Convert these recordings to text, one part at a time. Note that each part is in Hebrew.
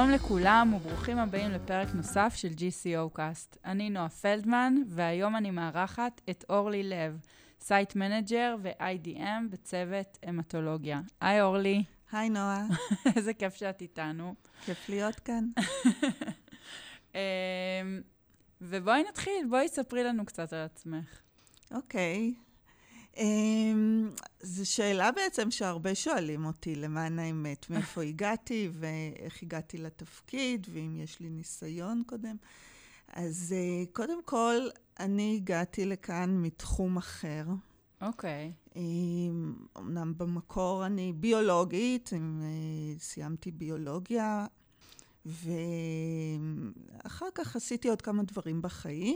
שלום לכולם וברוכים הבאים לפרק נוסף של GCO Cast. אני נועה פלדמן והיום אני מארחת את אורלי לב, סייט מנג'ר ו-IDM בצוות המטולוגיה. היי אורלי. היי נועה. איזה כיף שאת איתנו. כיף להיות כאן. ובואי נתחיל, בואי ספרי לנו קצת על עצמך. אוקיי. זו שאלה בעצם שהרבה שואלים אותי למען האמת, מאיפה הגעתי ואיך הגעתי לתפקיד, ואם יש לי ניסיון קודם. אז קודם כל, אני הגעתי לכאן מתחום אחר. אוקיי. אמנם במקור אני ביולוגית, סיימתי ביולוגיה, ואחר כך עשיתי עוד כמה דברים בחיים,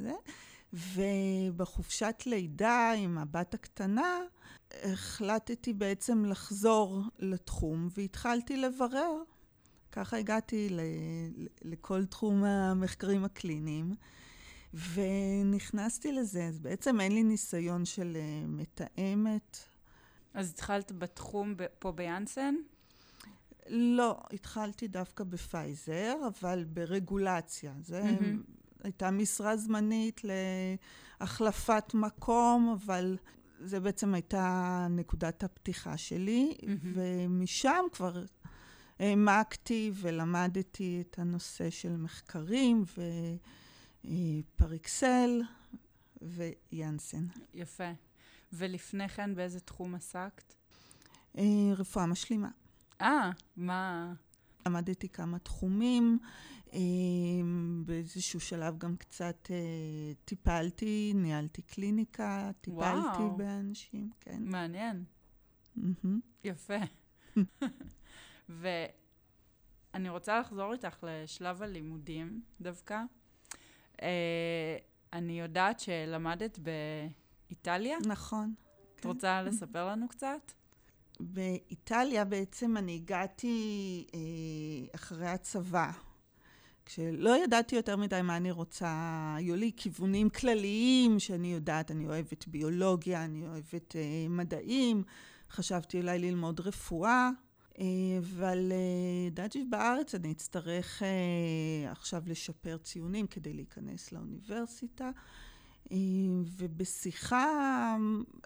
ובחופשת לידה עם הבת הקטנה, החלטתי בעצם לחזור לתחום, והתחלתי לברר. ככה הגעתי לכל תחום המחקרים הקליניים, ונכנסתי לזה. אז בעצם אין לי ניסיון של מתאמת. אז התחלת בתחום פה ביאנסן? לא, התחלתי דווקא בפייזר, אבל ברגולציה. זה הייתה משרה זמנית להחלפת מקום, אבל זה בעצם הייתה נקודת הפתיחה שלי, ומשם כבר העמקתי ולמדתי את הנושא של מחקרים ופריקסל ויאנסן. יפה. ולפני כן באיזה תחום עסקת? רפואה משלימה. מה? למדתי כמה תחומים, באיזשהו שלב גם קצת טיפלתי, ניהלתי קליניקה, טיפלתי באנשים, כן. מעניין. יפה. ואני רוצה לחזור איתך לשלב הלימודים דווקא. אני יודעת שלמדת באיטליה? נכון. את רוצה לספר לנו קצת? באיטליה בעצם אני הגעתי אחרי הצבא, כשלא ידעתי יותר מדי מה אני רוצה. היו לי כיוונים כלליים שאני יודעת, אני אוהבת ביולוגיה, אני אוהבת מדעים, חשבתי אולי ללמוד רפואה, אבל ידעתי שבארץ אני אצטרך עכשיו לשפר ציונים כדי להיכנס לאוניברסיטה, ובשיחה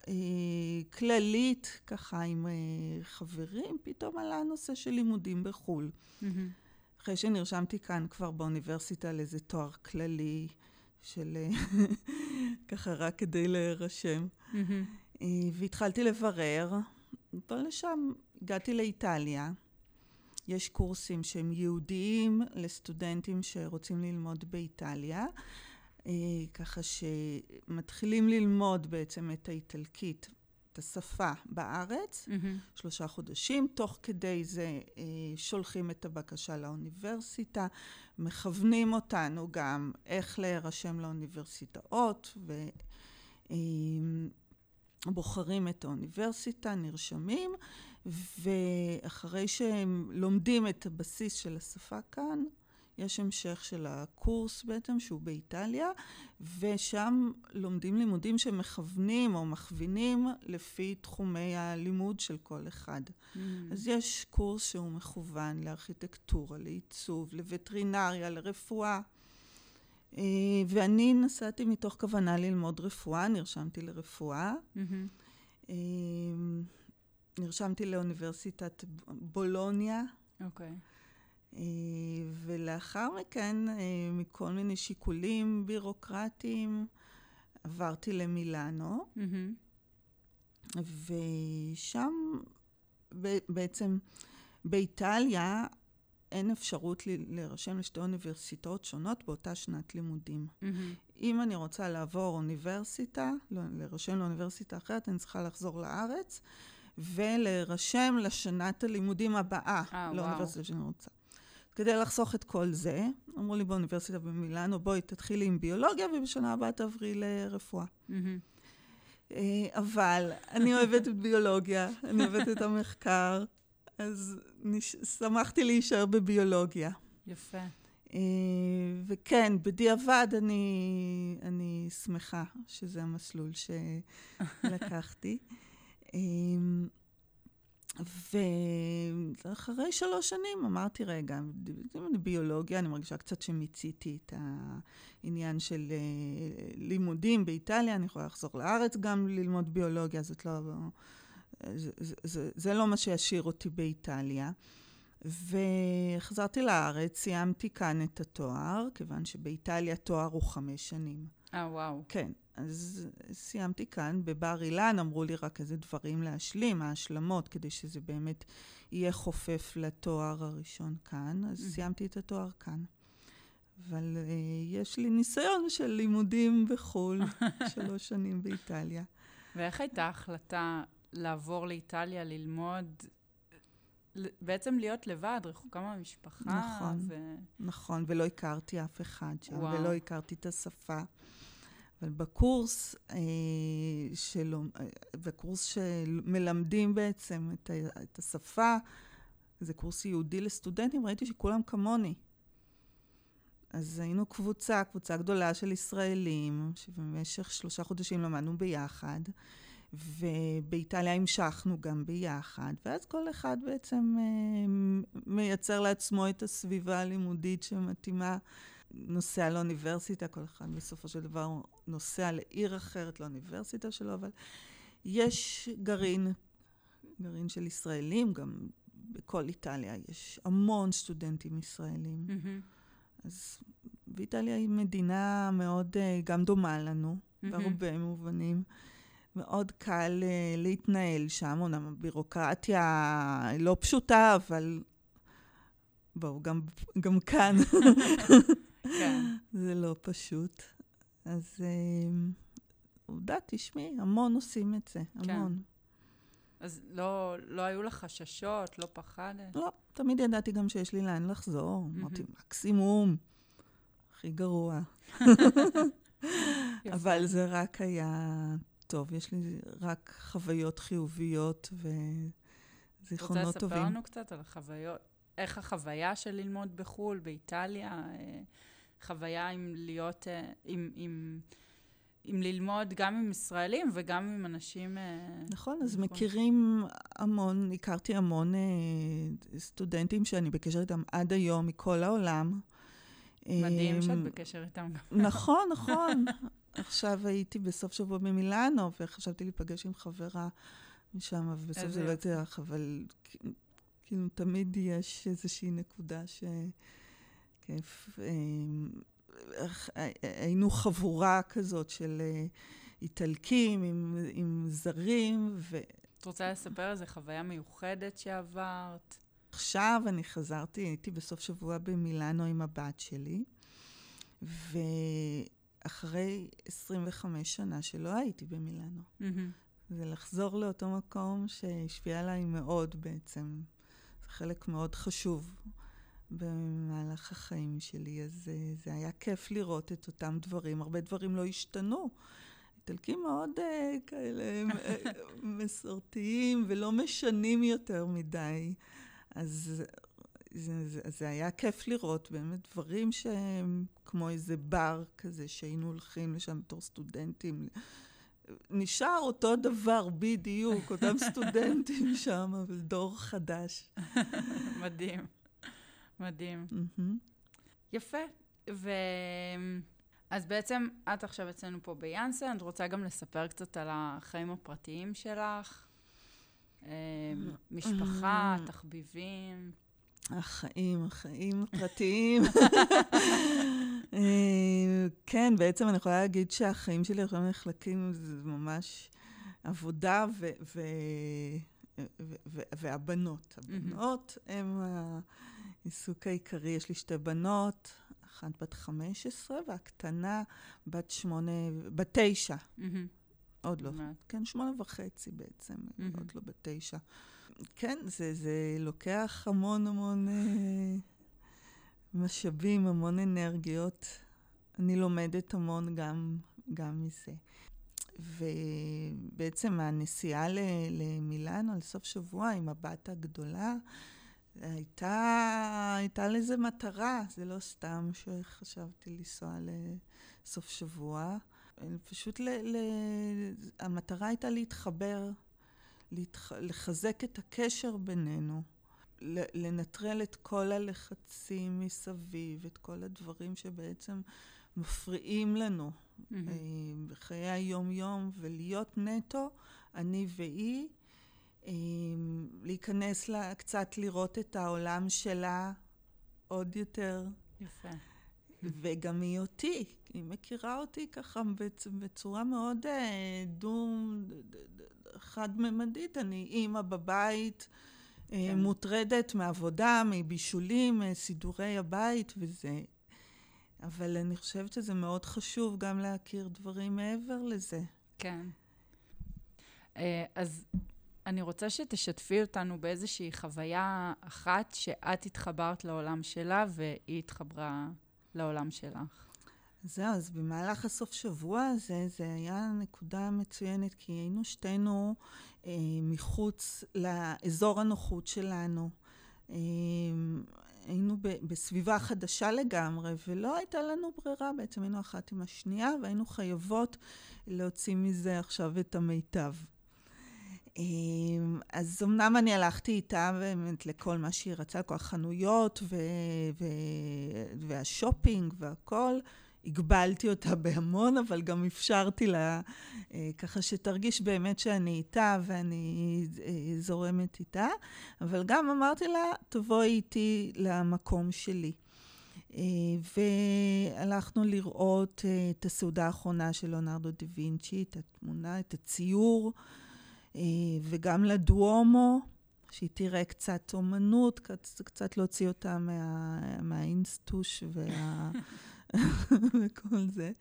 כללית, ככה עם חברים, פתאום עלה הנושא של לימודים בחו"ל. אחרי שנרשמתי כאן כבר באוניברסיטה לאיזה תואר כללי של ככה רק כדי להירשם. והתחלתי לברר, פה לשם הגעתי לאיטליה. יש קורסים שהם ייעודיים לסטודנטים שרוצים ללמוד באיטליה, ככה שמתחילים ללמוד בעצם את האיטלקית, את השפה בארץ, 3 חודשים, תוך כדי זה שולחים את הבקשה לאוניברסיטה, מכוונים אותנו גם איך להירשם לאוניברסיטאות, ובוחרים את האוניברסיטה, נרשמים, ואחרי שהם לומדים את הבסיס של השפה כאן, יש המשך של הקורס בעצם שהוא באיטליה, ושם לומדים לימודים שמכוונים או מכווינים לפי תחומי הלימוד של כל אחד. אז יש קורס שהוא מכוון לארכיטקטורה, לעיצוב, לווטרינריה, לרפואה. ואני נסעתי מתוך כוונה ללמוד רפואה, נרשמתי לרפואה. נרשמתי לאוניברסיטת בולוניה. אוקיי. ולאחר מכן, מכל מיני שיקולים בירוקרטיים, עברתי למילאנו, ושם בעצם באיטליה אין אפשרות להירשם לשתי אוניברסיטאות שונות באותה שנת לימודים. אם אני רוצה לעבור אוניברסיטה, להירשם לאוניברסיטה אחרת, אני צריכה לחזור לארץ, ולהירשם לשנת הלימודים הבאה, לאוניברסיטה שאני רוצה. כדי לחסוך את כל זה, אמרו לי באוניברסיטה במילאנו, בואי תתחילי עם ביולוגיה, ובשנה הבאה תעברי לרפואה. אבל אני אוהבת את ביולוגיה, אני אוהבת את המחקר, אז שמחתי להישאר בביולוגיה. יפה. וכן, בדיעבד אני שמחה שזה המסלול שלקחתי. ואחרי 3 שנים אמרתי, רגע, ביולוגיה, אני מרגישה קצת שמיציתי את העניין של לימודים באיטליה, אני יכולה לחזור לארץ גם ללמוד ביולוגיה, זה לא מה שישאיר אותי באיטליה. וחזרתי לארץ, סיימתי כאן את התואר, כיוון שבאיטליה תואר הוא 5 שנים. וואו. כן, אז סיימתי כאן, בבר אילן אמרו לי רק איזה דברים להשלים, ההשלמות, כדי שזה באמת יהיה חופף לתואר הראשון כאן, אז סיימתי את התואר כאן. אבל יש לי ניסיון של לימודים בחו"ל, 3 שנים באיטליה. ואיך הייתה החלטה לעבור לאיטליה, ללמוד, בעצם להיות לבד, רחוקה מהמשפחה? נכון, נכון, ולא הכרתי אף אחד שם, ולא הכרתי את השפה. אבל בקורס שמלמדים בעצם את השפה, זה קורס יהודי לסטודנטים, ראיתי שכולם כמוני. אז היינו קבוצה גדולה של ישראלים, שבמשך 3 חודשים למדנו ביחד, ובאיטליה המשכנו גם ביחד, ואז כל אחד בעצם מייצר לעצמו את הסביבה הלימודית שמתאימה, נוסע לאוניברסיטה, כל אחד בסופו של דבר נוסע לעיר אחרת לאוניברסיטה שלו, אבל יש גרעין של ישראלים, גם בכל איטליה יש המון סטודנטים ישראלים. אז ואיטליה היא מדינה מאוד גם דומה לנו, בהרבה מובנים. מאוד קל להתנהל שם, אומנם הבירוקרטיה לא פשוטה, אבל בואו, גם כאן. זה לא פשוט. אז עובדה, תשמעי, המון עושים את זה, המון. אז לא היו לך חששות, לא פחדת? לא, תמיד ידעתי גם שיש לי לאן לחזור. אמרתי, מקסימום, הכי גרוע. אבל זה רק היה טוב, יש לי רק חוויות חיוביות וזיכרונות רוצה טובים. לספר לנו קצת על החוויות, איך החוויה של ללמוד בחו"ל, באיטליה, חוויה עם להיות, עם ללמוד גם עם ישראלים וגם עם אנשים... נכון, אז מכירים המון, הכרתי המון סטודנטים שאני בקשר איתם עד היום מכל העולם. מדהים שאת בקשר איתם. נכון, נכון. עכשיו הייתי בסוף שבוע במילאנו, וחשבתי להיפגש עם חברה משם, ובסוף זה לא יצליח, אבל כאילו תמיד יש איזושהי נקודה שכיף. היינו חבורה כזאת של איטלקים עם זרים. את רוצה לספר איזו חוויה מיוחדת שעברת? עכשיו אני חזרתי, הייתי בסוף שבוע במילאנו עם הבת שלי, אחרי 25 שנה שלא הייתי במילאנו. זה לחזור לאותו מקום שהשפיע עליי מאוד בעצם. זה חלק מאוד חשוב במהלך החיים שלי. אז זה היה כיף לראות את אותם דברים. הרבה דברים לא השתנו. איטלקים מאוד כאלה מסורתיים ולא משנים יותר מדי. אז זה היה כיף לראות באמת דברים שהם כמו איזה בר כזה שהיינו הולכים לשם בתור סטודנטים. נשאר אותו דבר בדיוק, אותם סטודנטים שם, אבל דור חדש. מדהים, מדהים. יפה. אז בעצם את עכשיו אצלנו פה ביאנסן, את רוצה גם לספר קצת על החיים הפרטיים שלך? משפחה, תחביבים. החיים הפרטיים. כן, בעצם אני יכולה להגיד שהחיים שלי עכשיו נחלקים, זה ממש עבודה והבנות. הבנות הם העיסוק העיקרי. יש לי 2 בנות, אחת בת 15 והקטנה בת 9. עוד לא. כן, 8.5 בעצם, עוד לא ב9. כן, זה לוקח המון משאבים, המון אנרגיות. אני לומדת המון גם מזה. ובעצם הנסיעה למילאנו על סוף שבוע עם הבת הגדולה, הייתה לזה מטרה. זה לא סתם שחשבתי לנסוע לסוף שבוע. פשוט המטרה הייתה להתחבר לחזק את הקשר בינינו, לנטרל את כל הלחצים מסביב, את כל הדברים שבעצם מפריעים לנו בחיי היום-יום, ולהיות נטו, אני והיא, להיכנס לה, קצת לראות את העולם שלה עוד יותר. יפה. וגם היא אותי, היא מכירה אותי ככה בצורה מאוד חד-ממדית. אני אימא בבית, מוטרדת מעבודה, מבישולים, סידורי הבית וזה. אבל אני חושבת שזה מאוד חשוב גם להכיר דברים מעבר לזה. כן. אז אני רוצה שתשתפי אותנו באיזושהי חוויה אחת שאת התחברת לעולם שלה והיא התחברה לעולם שלך. זהו, אז במהלך הסוף שבוע הזה, זה היה נקודה מצוינת, כי היינו שתינו מחוץ לאזור הנוחות שלנו. היינו בסביבה חדשה לגמרי, ולא הייתה לנו ברירה, בעצם היינו אחת עם השנייה, והיינו חייבות להוציא מזה עכשיו את המיטב. אז אמנם אני הלכתי איתה באמת לכל מה שהיא רצה, כל החנויות והשופינג והכל, הגבלתי אותה בהמון, אבל גם אפשרתי לה ככה שתרגיש באמת שאני איתה ואני זורמת איתה, אבל גם אמרתי לה, תבואי איתי למקום שלי. והלכנו לראות את הסעודה האחרונה של ליאונרדו דה וינצ'י, את התמונה, את הציור, וגם לדואומו, שהיא תראה קצת אומנות, קצת להוציא אותה מהאינסטוש וכל זה.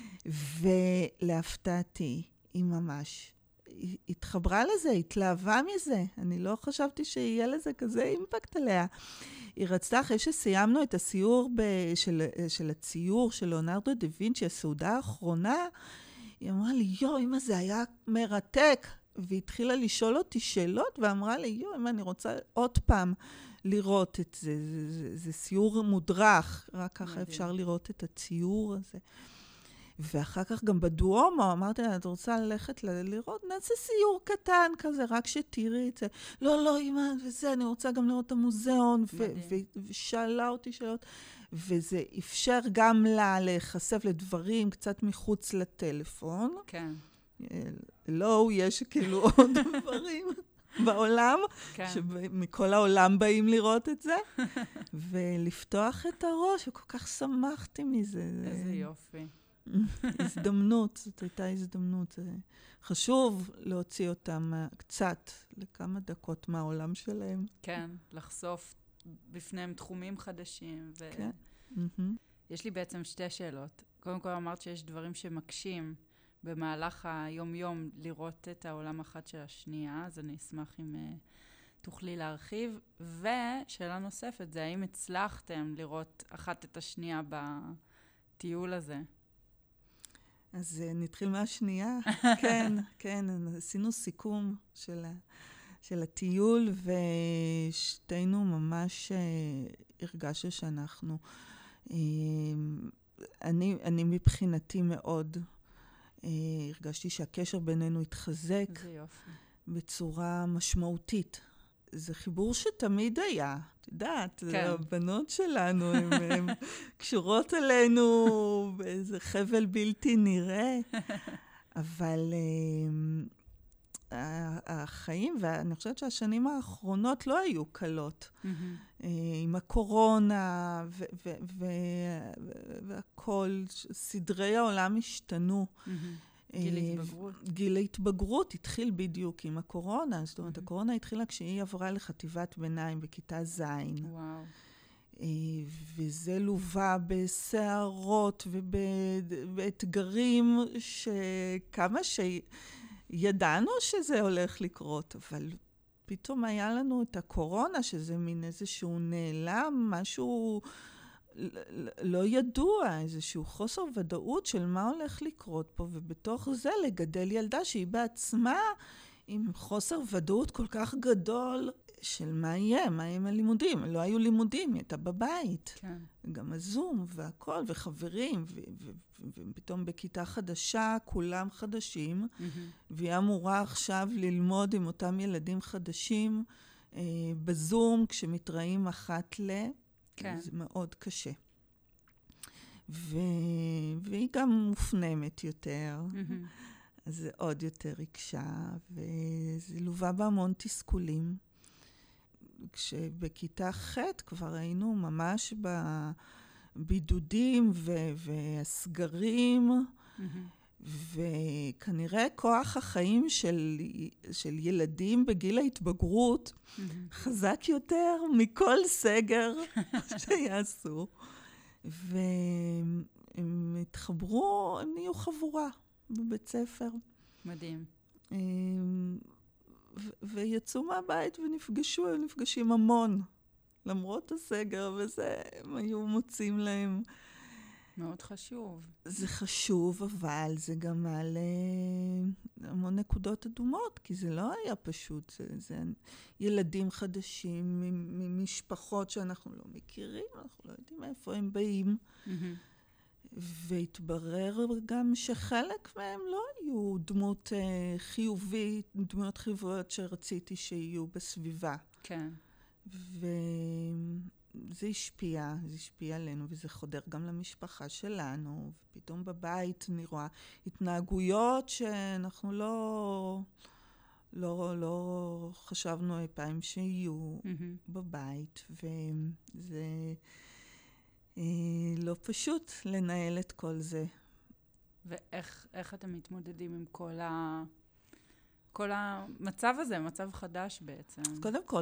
ולהפתעתי, היא ממש התחברה לזה, התלהבה מזה. אני לא חשבתי שיהיה לזה כזה אימפקט עליה. היא רצתה, אחרי שסיימנו את הסיור של הציור של ליאונרדו דה וינצ'י, הסעודה האחרונה, היא אמרה לי, אמא, זה היה מרתק. והיא התחילה לשאול אותי שאלות, ואמרה לי, אמא, אני רוצה עוד פעם לראות את זה. זה סיור מודרך, רק ככה אפשר לראות את הציור הזה. ואחר כך גם בדואומו, אמרתי לה, את רוצה ללכת לראות? נעשה סיור קטן כזה, רק שתראי את זה. לא, אמא, וזה, אני רוצה גם לראות את המוזיאון, ושאלה אותי שאלות, וזה אפשר גם לה להיחשף לדברים קצת מחוץ לטלפון. כן. לא, יש כאילו עוד דברים בעולם, שמכל העולם באים לראות את זה, ולפתוח את הראש, וכל כך שמחתי מזה. איזה יופי. הזדמנות, זאת הייתה הזדמנות. זה חשוב להוציא אותם קצת, לכמה דקות מהעולם שלהם. כן, לחשוף בפניהם תחומים חדשים. כן. יש לי בעצם שתי שאלות. קודם כל אמרת שיש דברים שמקשים במהלך היום-יום לראות את העולם אחת של השנייה, אז אני אשמח אם תוכלי להרחיב. ושאלה נוספת, זה האם הצלחתם לראות אחת את השנייה בטיול הזה? אז נתחיל מהשנייה. כן, עשינו סיכום של הטיול, ושתינו ממש הרגשנו שאנחנו, אני מבחינתי מאוד, הרגשתי שהקשר בינינו התחזק בצורה משמעותית. זה חיבור שתמיד היה, את יודעת, הבנות שלנו, הן קשורות אלינו באיזה חבל בלתי נראה, אבל החיים, ואני חושבת שהשנים האחרונות לא היו קלות. עם הקורונה והכל, סדרי העולם השתנו. גיל ההתבגרות התחיל בדיוק עם הקורונה. זאת אומרת, הקורונה התחילה כשהיא עברה לחטיבת ביניים בכיתה ז'. וואו. וזה לובה בסערות ובאתגרים שכמה שידענו שזה הולך לקרות, אבל פתאום היה לנו את הקורונה, שזה מין איזשהו נעלם, משהו לא ידוע, איזשהו חוסר ודאות של מה הולך לקרות פה, ובתוך זה לגדל ילדה שהיא בעצמה עם חוסר ודאות כל כך גדול, של מה יהיה, מה עם הלימודים. לא היו לימודים, היא הייתה בבית. כן. גם הזום והכל, וחברים, ופתאום בכיתה חדשה, כולם חדשים, והיא אמורה עכשיו ללמוד עם אותם ילדים חדשים בזום, כשמתראים אחת כן. זה מאוד קשה. והיא גם מופנמת יותר, אז זה עוד יותר יקשה, וזה לובה בהמון תסכולים. כשבכיתה ח' כבר היינו ממש בבידודים והסגרים, וכנראה כוח החיים של ילדים בגיל ההתבגרות חזק יותר מכל סגר שיעשו. והם התחברו, הם נהיו חבורה בבית ספר. מדהים. ויצאו מהבית ונפגשו, הם נפגשים המון. למרות הסגר וזה, הם היו מוצאים להם. מאוד חשוב. זה חשוב, אבל זה גם מעלה המון נקודות אדומות, כי זה לא היה פשוט. זה ילדים חדשים ממשפחות שאנחנו לא מכירים, אנחנו לא יודעים איפה הם באים. והתברר גם שחלק מהם לא היו דמות חיובית, דמות חיוביות שרציתי שיהיו בסביבה. כן. וזה השפיע עלינו, וזה חודר גם למשפחה שלנו, ופתאום בבית אני רואה התנהגויות שאנחנו לא חשבנו אי פעם שיהיו בבית, וזה לא פשוט לנהל את כל זה. ואיך אתם מתמודדים עם כל המצב הזה, מצב חדש בעצם? אז קודם כל,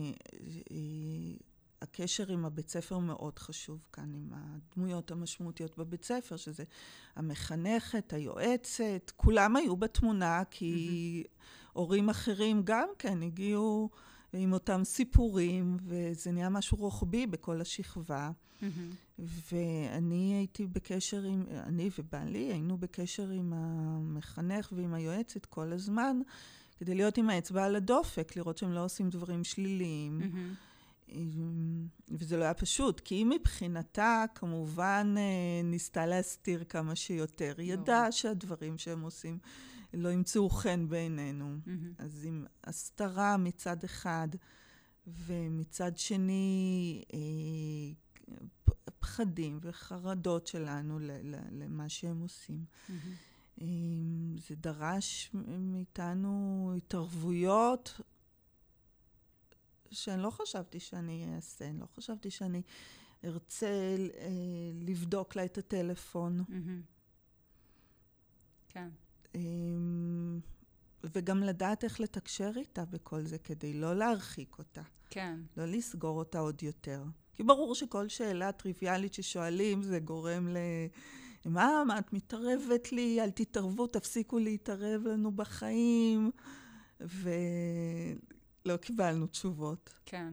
הקשר עם הבית ספר מאוד חשוב כאן, עם הדמויות המשמעותיות בבית ספר, שזה המחנכת, היועצת, כולם היו בתמונה, כי הורים אחרים גם כן הגיעו עם אותם סיפורים, וזה נהיה משהו רוחבי בכל השכבה. ואני הייתי בקשר אני ובעלי היינו בקשר עם המחנך ועם היועצת כל הזמן, כדי להיות עם האצבע על הדופק, לראות שהם לא עושים דברים שליליים. וזה לא היה פשוט, כי היא מבחינתה כמובן ניסתה להסתיר כמה שיותר. היא ידעה שהדברים שהם עושים לא ימצאו חן בעינינו. אז עם הסתרה מצד אחד, ומצד שני פחדים וחרדות שלנו למה שהם עושים. זה דרש מאיתנו התערבויות שאני לא חשבתי שאני אעשה, אני לא חשבתי שאני ארצה לבדוק לה את הטלפון. כן. וגם לדעת איך לתקשר איתה בכל זה, כדי לא להרחיק אותה. כן. לא לסגור אותה עוד יותר. כי ברור שכל שאלה טריוויאלית ששואלים, זה גורם מה את מתערבת לי? אל תתערבו, תפסיקו להתערב לנו בחיים. ולא קיבלנו תשובות. כן.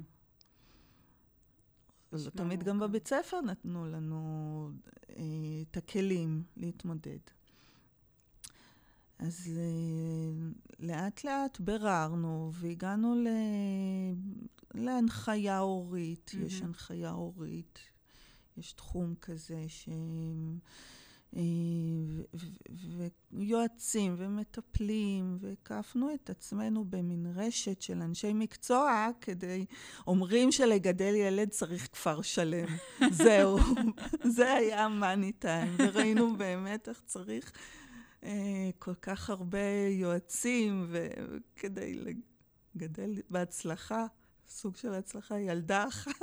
לא תמיד גם בבית ספר נתנו לנו את הכלים להתמודד. אז לאט לאט בררנו והגענו להנחיה הורית. יש הנחיה הורית, יש תחום כזה ויועצים ומטפלים, והקפנו את עצמנו במין רשת של אנשי מקצוע, אומרים שלגדל ילד צריך כפר שלם. זהו, זה היה המאני טיים, וראינו באמת איך צריך כל כך הרבה יועצים, וכדי לגדל בהצלחה, סוג של הצלחה, ילדה אחת.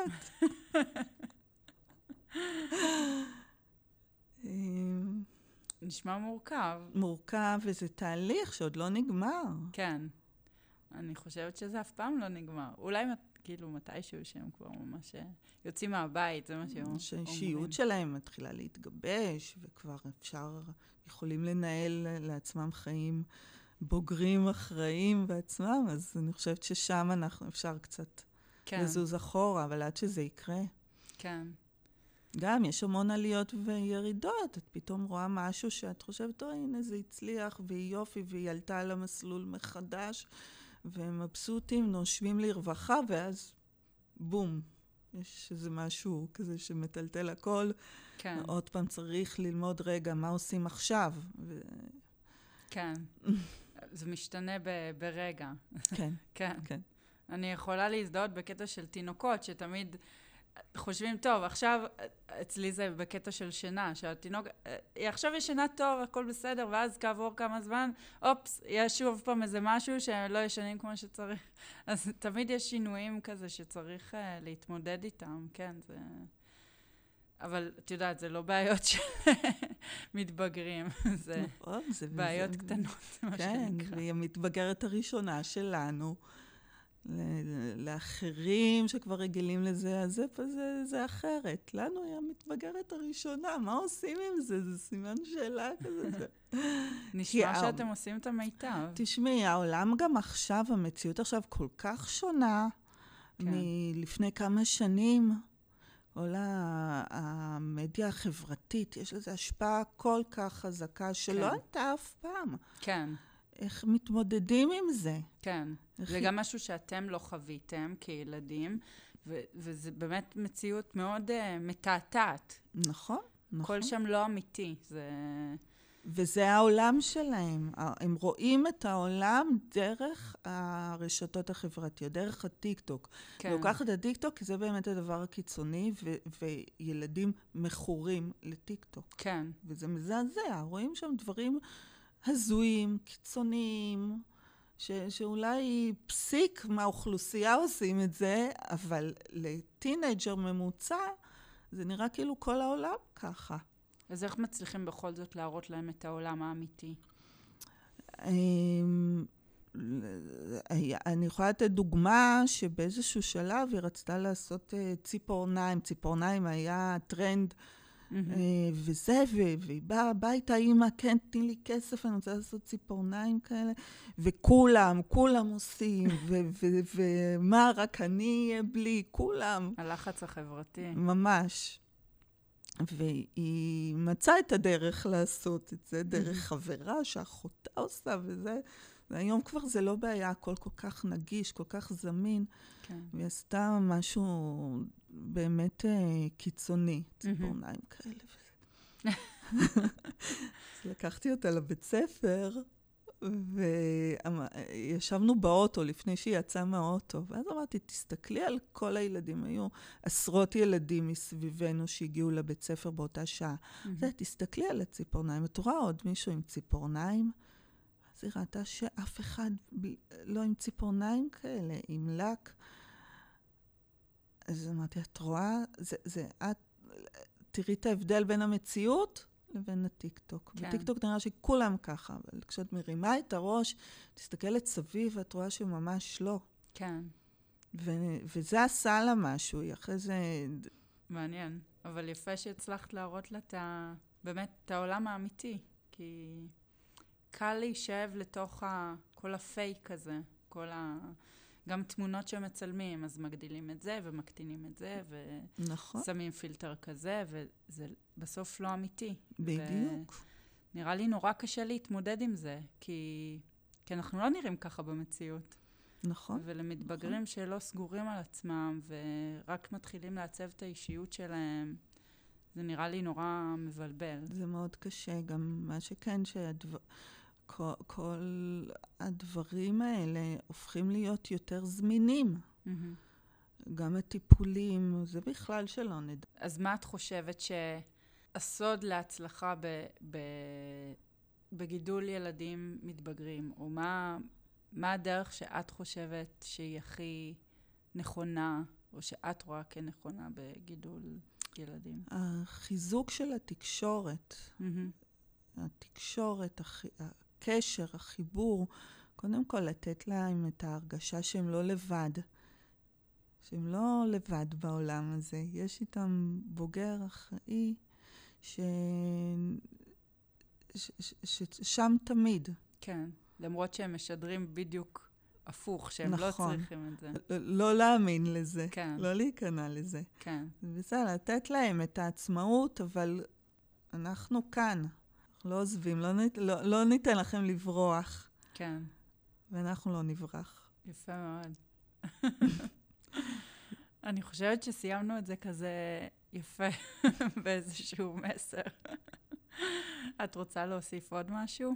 נשמע מורכב. מורכב, וזה תהליך שעוד לא נגמר. כן. אני חושבת שזה אף פעם לא נגמר. אולי כאילו מתישהו שהם כבר ממש יוצאים מהבית, זה מה שהם אומרים. שהאישיות שלהם מתחילה להתגבש, וכבר יכולים לנהל לעצמם חיים בוגרים אחראים בעצמם, אז אני חושבת ששם אפשר קצת לזוז אחורה, אבל עד שזה יקרה. כן. גם יש המון עליות וירידות, את פתאום רואה משהו שאת חושבת, הנה זה הצליח, והיא יופי, והיא עלתה על המסלול מחדש, והם מבסוטים, נושבים לרווחה, ואז בום. יש איזה משהו כזה שמטלטל הכל. כן. עוד פעם צריך ללמוד רגע מה עושים עכשיו. כן. זה משתנה ברגע. כן. כן. כן. אני יכולה להזדהות בקטע של תינוקות, שתמיד חושבים, טוב, עכשיו, אצלי זה בקטע של שינה, שהתינוק, עכשיו יש שינה טוב, הכל בסדר, ואז כעבור כמה זמן, אופס, יש שוב פעם איזה משהו שהם לא ישנים כמו שצריך. אז תמיד יש שינויים כזה שצריך להתמודד איתם, כן, זה... אבל את יודעת, זה לא בעיות שמתבגרים, זה בעיות קטנות, מה שנקרא. כן, והיא המתבגרת הראשונה שלנו. לאחרים שכבר רגילים לזה, אז זה אחרת. לנו היא המתבגרת הראשונה, מה עושים עם זה? זה סימן שאלה כזה. נשמע שאתם עושים את המיטב. תשמעי, העולם גם עכשיו, המציאות עכשיו כל כך שונה מלפני כמה שנים. כל המדיה החברתית, יש לזה השפעה כל כך חזקה שלא הייתה אף פעם. כן. איך מתמודדים עם זה? כן, זה גם משהו שאתם לא חוויתם כילדים, וזה באמת מציאות מאוד מתעתעת. נכון, נכון. כל שם לא אמיתי, זה... וזה העולם שלהם. הם רואים את העולם דרך הרשתות החברתיות, דרך הטיק-טוק. כן. לוקחת את הטיק-טוק, כי זה באמת הדבר הקיצוני, וילדים מכורים לטיק-טוק. כן. וזה מזעזע, רואים שם דברים... הזויים, קיצוניים, שאולי פסיק מהאוכלוסייה עושים את זה, אבל לטינג'ר ממוצע, זה נראה כאילו כל העולם ככה. אז איך מצליחים בכל זאת להראות להם את העולם האמיתי? אני יכולה לתת דוגמה שבאיזשהו שלב היא רצתה לעשות ציפורניים. ציפורניים היה טרנד, וזה, והיא באה הביתה, אמא, כן, תני לי כסף, אני רוצה לעשות ציפורניים כאלה, וכולם עושים, ומה, רק אני אהיה בלי, כולם. הלחץ החברתי. ממש. והיא מצאה את הדרך לעשות את זה, דרך חברה שאחותה עושה, וזה, והיום כבר זה לא בעיה, הכל כל כך נגיש, כל כך זמין, והיא עשתה משהו... באמת קיצוני, ציפורניים כאלה. אז לקחתי אותה לבית ספר, וישבנו באוטו לפני שהיא יצאה מהאוטו, ואז אמרתי, תסתכלי על כל הילדים, היו עשרות ילדים מסביבנו שהגיעו לבית ספר באותה שעה. תסתכלי על הציפורניים, את רואה עוד מישהו עם ציפורניים? אז היא ראתה שאף אחד לא עם ציפורניים כאלה, עם לק. אז אמרתי, את רואה, תראי את ההבדל בין המציאות לבין הטיק-טוק. כן. בטיק-טוק נראה שכולם ככה, אבל כשאת מרימה את הראש, תסתכלת סביב, ואת רואה שממש לא. כן. וזה עשה לה משהו, אחרי זה... מעניין, אבל יפה שהצלחת להראות לה באמת את העולם האמיתי, כי קל להישאב לתוך כל הפייק הזה, גם תמונות שמצלמים, אז מגדילים את זה ומקטינים את זה, ושמים פילטר כזה, וזה בסוף לא אמיתי. בדיוק. נראה לי נורא קשה להתמודד עם זה, כי אנחנו לא נראים ככה במציאות. נכון. ולמתבגרים שלא סגורים על עצמם, ורק מתחילים לעצב את האישיות שלהם, זה נראה לי נורא מבלבל. זה מאוד קשה, גם מה שכן כל הדברים האלה הופכים להיות יותר זמינים. גם הטיפולים, זה בכלל שלא נדע. אז מה את חושבת שהסוד להצלחה בגידול ילדים מתבגרים? או מה הדרך שאת חושבת שהיא הכי נכונה, או שאת רואה כנכונה בגידול ילדים? החיזוק של התקשורת. התקשורת, הקשר, החיבור, קודם כל לתת להם את ההרגשה שהם לא לבד. שהם לא לבד בעולם הזה. יש איתם בוגר אחראי ששם תמיד. כן, למרות שהם משדרים בדיוק הפוך, שהם לא צריכים את זה. לא להאמין לזה, לא להיכנע לזה. כן. בסדר, לתת להם את העצמאות, אבל אנחנו כאן. לא עוזבים, לא ניתן לכם לברוח. כן. ואנחנו לא נברח. יפה מאוד. אני חושבת שסיימנו את זה כזה יפה באיזשהו מסר. את רוצה להוסיף עוד משהו?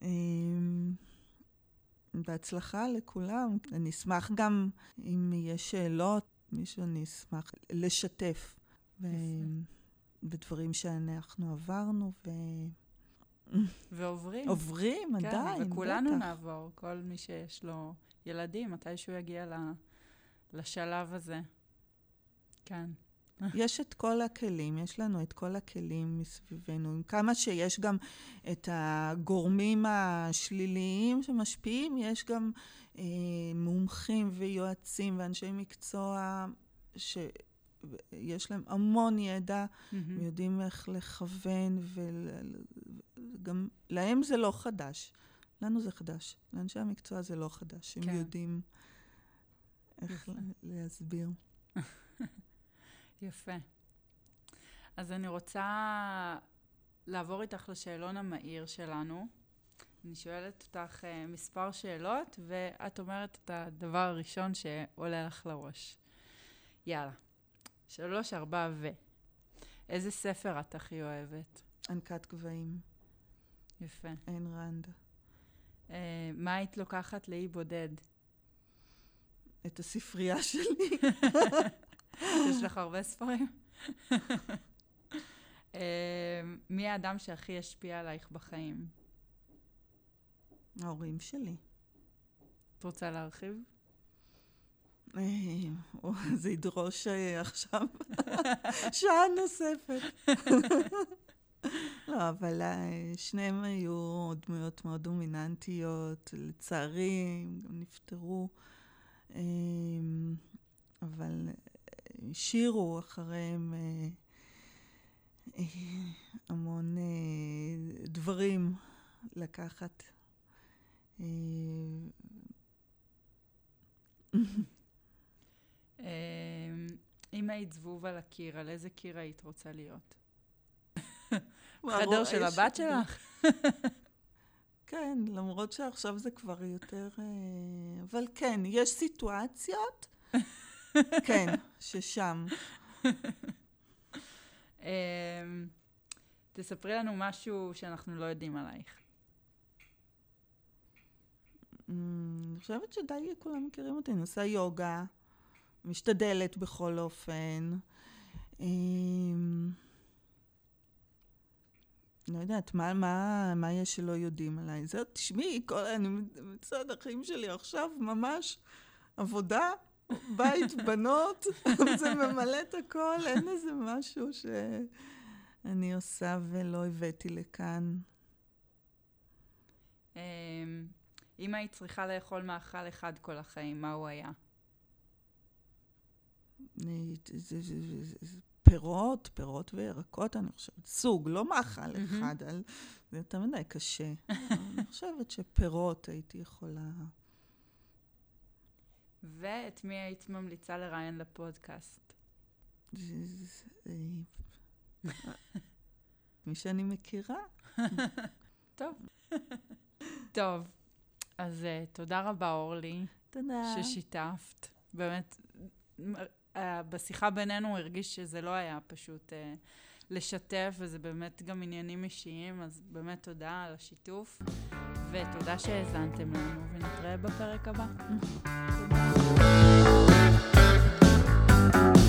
בהצלחה לכולם. אני אשמח גם, אם יש שאלות, מישהו אני אשמח לשתף בדברים שאנחנו עברנו ועוברים. עוברים, עדיין, כן, וכולנו נעבור. כל מי שיש לו ילדים, מתישהו יגיע לשלב הזה. כן. יש את כל הכלים, יש לנו את כל הכלים מסביבנו. עם כמה שיש גם את הגורמים השליליים שמשפיעים, יש גם מומחים ויועצים ואנשי מקצוע שיש להם המון ידע, ויודעים איך לכוון, וגם להם זה לא חדש. לנו זה חדש. לאנשי המקצוע זה לא חדש. הם יודעים איך להסביר. יפה. אז אני רוצה לעבור איתך לשאלון המהיר שלנו. אני שואלת אותך מספר שאלות, ואת אומרת את הדבר הראשון שעולה לך לראש. יאללה. 3, 4 ו... איזה ספר את הכי אוהבת? ענקת גבהים. יפה. אין רנד. מה היית לוקחת לאי בודד? את הספרייה שלי. יש לך הרבה ספרים? מי האדם שהכי השפיע עלייך בחיים? ההורים שלי. את רוצה להרחיב? זה ידרוש עכשיו שעה נוספת. לא, אבל שניהם היו דמויות מאוד דומיננטיות, לצערי, הם גם נפטרו, אבל השאירו אחריהם המון דברים לקחת. אם היית זבוב על הקיר, על איזה קיר היית רוצה להיות? חדר של הבת שלך? כן, למרות שעכשיו זה כבר יותר... אבל כן, יש סיטואציות, כן, ששם. תספרי לנו משהו שאנחנו לא יודעים עלייך. אני חושבת שדי כולם מכירים אותי. אני עושה יוגה, משתדלת בכל אופן. לא יודעת, מה יש שלא יודעים עליי? זה, תשמעי, אני מצד החיים שלי עכשיו ממש עבודה, בית, בנות, זה ממלא את הכל, אין איזה משהו שאני עושה ולא הבאתי לכאן. אם היית צריכה לאכול מאכל אחד כל החיים, מה הוא היה? פירות וירקות, אני חושבת. סוג, לא מאכל אחד, זה יותר מדי קשה. אני חושבת שפירות הייתי יכולה. ואת מי היית ממליצה לראיין לפודקאסט? מי שאני מכירה. טוב, אז תודה רבה אורלי. תודה. ששיתפת. באמת, בשיחה בינינו הרגיש שזה לא היה פשוט לשתף, וזה באמת גם עניינים אישיים, אז באמת תודה על השיתוף, ותודה שהאזנתם לנו, ונתראה בפרק הבא.